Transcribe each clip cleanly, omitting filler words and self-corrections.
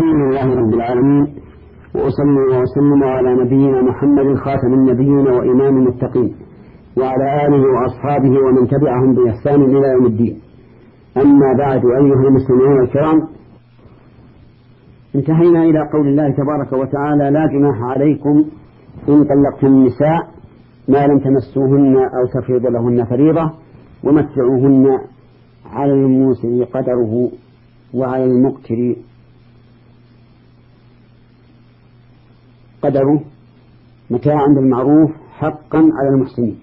الحمد لله رب العالمين، وأصلي وأسلم على نبينا محمد خاتم النبيين وإمام المتقين، وعلى آله وأصحابه ومن تبعهم بإحسان إلى يوم الدين. أما بعد، أيها المسلمون الكرام، انتهينا إلى قول الله تبارك وتعالى: لا جناح عليكم إن طلقتم النساء ما لم تمسوهن أو تفرضوا لهن فريضة ومتعوهن على الموسع قدره وعلى المقتر قدره متاعا بالمعروف حقا على المحسنين.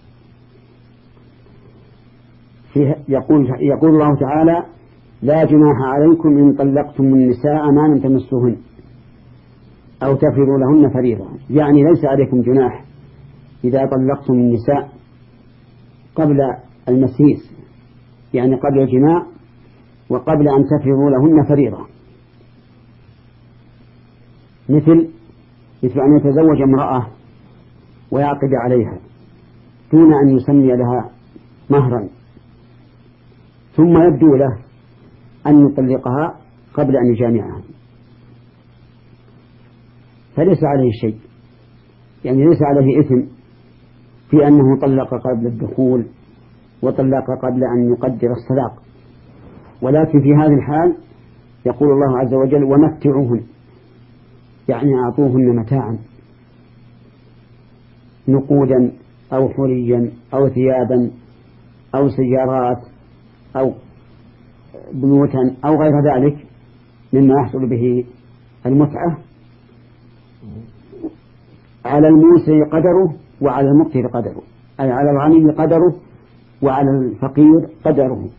يقول الله تعالى: لا جناح عليكم إن طلقتم النساء ما لم تمسوهن أو تفرضوا لهن فريضة، يعني ليس عليكم جناح إذا طلقتم النساء قبل المسيس، يعني قبل الجماع وقبل أن تفرضوا لهن فريضة، مثل أن يتزوج امرأة ويعقد عليها دون أن يسمي لها مهرا، ثم يبدو له أن يطلقها قبل أن يجامعها، فليس عليه شيء، يعني ليس عليه إثم في أنه طلق قبل الدخول وطلق قبل أن يقدر الصداق. ولكن في هذه الحال يقول الله عز وجل: ومتعوهن، يعني أعطوهن متاعا، نقودا أو حريا أو ثيابا أو سيارات أو بيوتا أو غير ذلك مما يحصل به المتعة، على الموسع قدره وعلى المقتر قدره، أي على الغني قدره وعلى الفقير قدره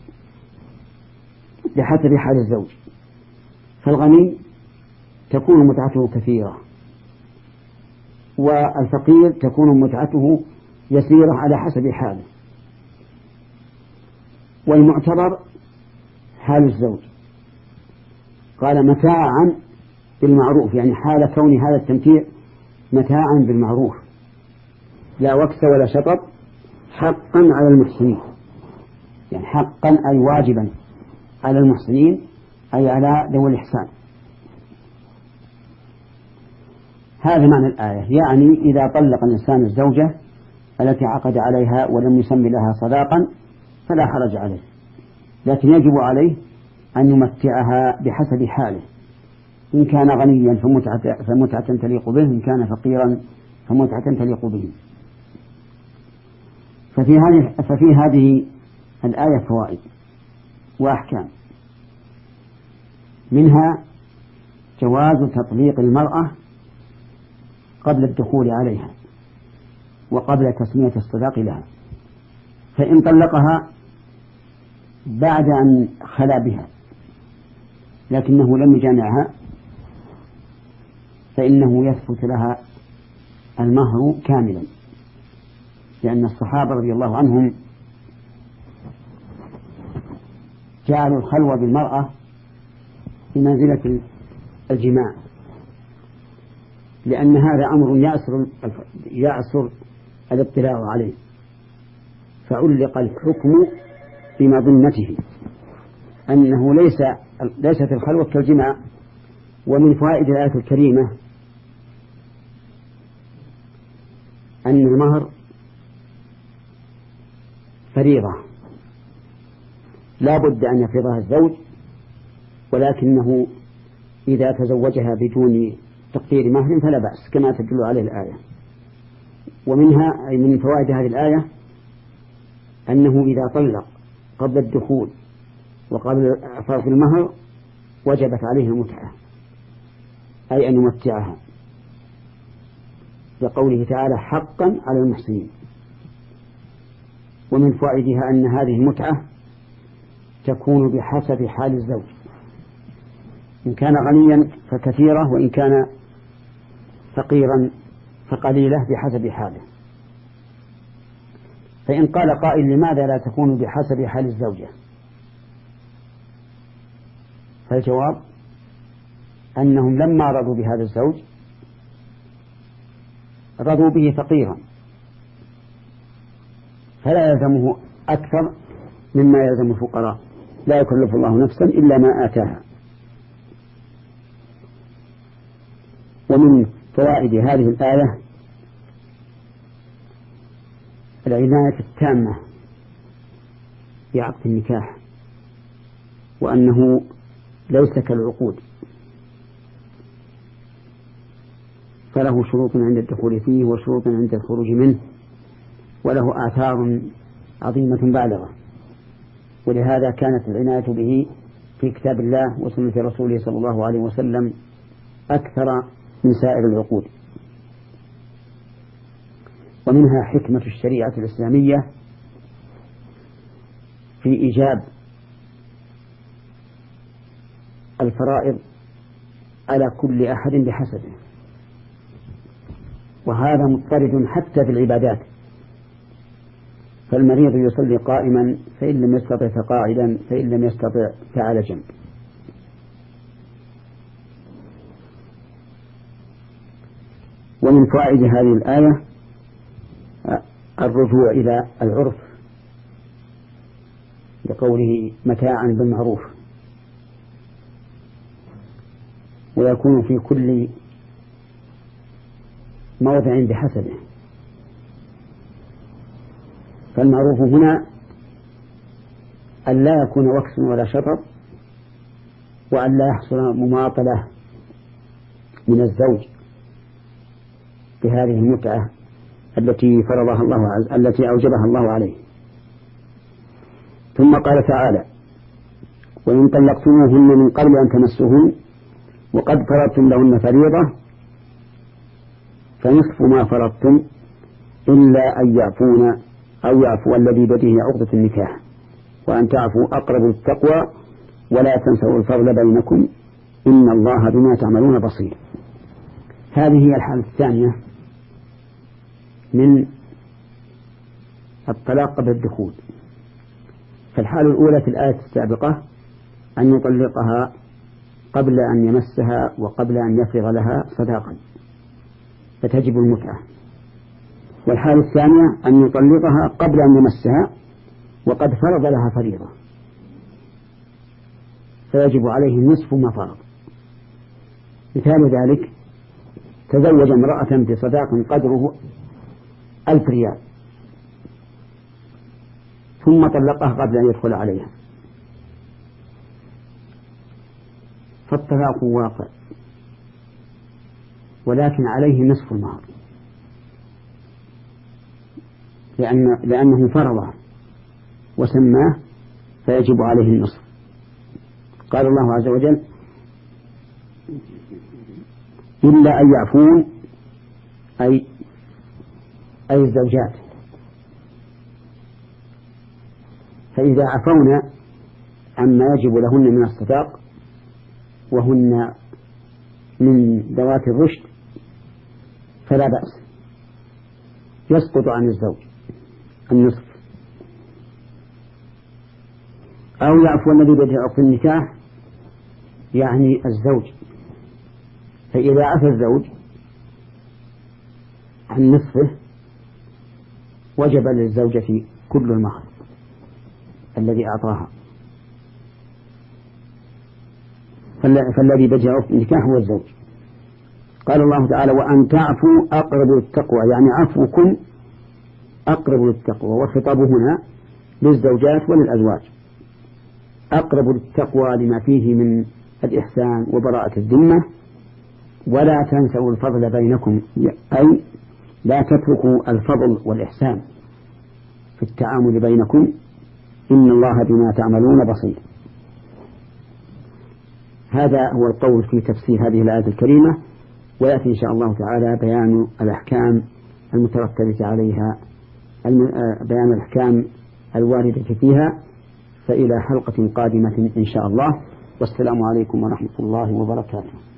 بحسب حال الزوج. فالغني تكون متعته كثيرة، والفقير تكون متعته يسيرة على حسب حاله. والمعتبر حال الزوج، قال: متاعا بالمعروف، يعني حال كون هذا التمتيع متاعا بالمعروف لا وكس ولا شطط، حقا على المحسنين، يعني حقا أي واجبا على المحسنين، أي على ذوي الإحسان. هذا معنى الآية، يعني إذا طلق الإنسان الزوجة التي عقد عليها ولم يسمي لها صداقا فلا حرج عليه، لكن يجب عليه أن يمتعها بحسب حاله، إن كان غنيا فمتعة تليق به، إن كان فقيرا فمتعة تليق به. ففي هذه الآية فوائد وأحكام، منها جواز تطليق المرأة قبل الدخول عليها وقبل تسمية الصداق لها، فإن طلقها بعد أن خلا بها لكنه لم يجامعها فإنه يثبت لها المهر كاملا، لأن الصحابة رضي الله عنهم جعلوا الخلوة بالمرأة بمنزلة الجماع، لأن هذا أمر يعسر الاطلاع عليه، فعلق الحكم بمظنته أنه ليست الخلوة كالجماع. ومن فوائد الآية الكريمة أن المهر فريضة لا بد أن يفرضها الزوج، ولكنه إذا تزوجها بدون تقدير مهر فلا بأس كما تدل عليه الآية. ومنها أي من فوائد هذه الآية أنه إذا طلق قبل الدخول وقبل فرض المهر وجبت عليه المتعة، أي أن يمتعها، لقوله تعالى: حقا على المحسنين. ومن فوائدها أن هذه المتعة تكون بحسب حال الزوج، إن كان غنيا فكثيرة، وإن كان فقيرا فقليلة بحسب حاله. فإن قال قائل: لماذا لا تكون بحسب حال الزوجة؟ فالجواب أنهم لما رضوا بهذا الزوج رضوا به فقيرا، فلا يلزمه أكثر مما يلزم الفقراء، لا يكلف الله نفسا إلا ما آتاها. ومن فوائد هذه الآية العناية التامة بعقد النكاح، وأنه ليس كالعقود، فله شروط عند الدخول فيه وشروط عند الخروج منه، وله آثار عظيمة بالغة. ولهذا كانت العناية به في كتاب الله وسنة رسوله صلى الله عليه وسلم أكثر من سائر العقود. ومنها حكمة الشريعة الإسلامية في إيجاب الفرائض على كل أحد بحسبه، وهذا مضطرد حتى في العبادات، فالمريض يصلي قائما فإن لم يستطع فقاعدا فإن لم يستطع فعلى جنب. ومن فوائد هذه الآية الرجوع إلى العرف لقوله متاعا بالمعروف، ويكون في كل موضع بحسبه. فالمعروف هنا أن لا يكون وكس ولا شطط، وأن لا يحصل مماطلة من الزوج بهذه المتعة التي فرضها الله التي أوجبها الله عليه. ثم قال تعالى: وإن طلقتموهن من قبل أن تمسوهن وقد فرضتم لهن فريضة فنصف ما فرضتم إلا أن يعفون أو يعفو الذي بيده عقدة النكاح، وأن تعفوا أقرب للتقوى ولا تنسوا الفضل بينكم إن الله بما تعملون بصير. هذه هي الحالة الثانية من الطلاق قبل الدخول. فالحالة الأولى في الآية السابقة أن يطلقها قبل أن يمسها وقبل أن يفرغ لها صداقا فتجب المتعة. والحالة الثانية أن يطلقها قبل أن يمسها وقد فرض لها فريضة فيجب عليه نصف ما فرض. مثال ذلك: تزوج امرأة بصداق قدره 1000 ريال ثم طلقها قبل أن يدخل عليها، فالطلاق واقع، ولكن عليه نصف المهر لأنه فرضه وسماه فيجب عليه النصف. قال الله عز وجل: إلا أن يعفون أي الزوجات، فإذا عفونا عما يجب لهن من الصداق وهن من ذوات الرشد فلا بأس، يسقط عن الزوج النصف. أو يعفو الذي بيده عقد النكاح يعني الزوج، فإذا عفى الزوج عن نصفه وجب للزوجة كل المهر الذي أعطاها، فالذي بيده عقد النكاح هو الزوج. قال الله تعالى: وأن تعفوا أقرب للتقوى، يعني عفوكم أقرب للتقوى، والخطاب هنا للزوجات وللأزواج. أقرب للتقوى لما فيه من الإحسان وبراءة الذمة. ولا تنسوا الفضل بينكم، أي لا تتركوا الفضل والإحسان في التعامل بينكم إن الله بما تعملون بصير. هذا هو القول في تفسير هذه الآية الكريمة، ويأتي إن شاء الله تعالى بيان الأحكام المترتبة عليها، بيان الأحكام الواردة فيها. فإلى حلقة قادمة إن شاء الله، والسلام عليكم ورحمة الله وبركاته.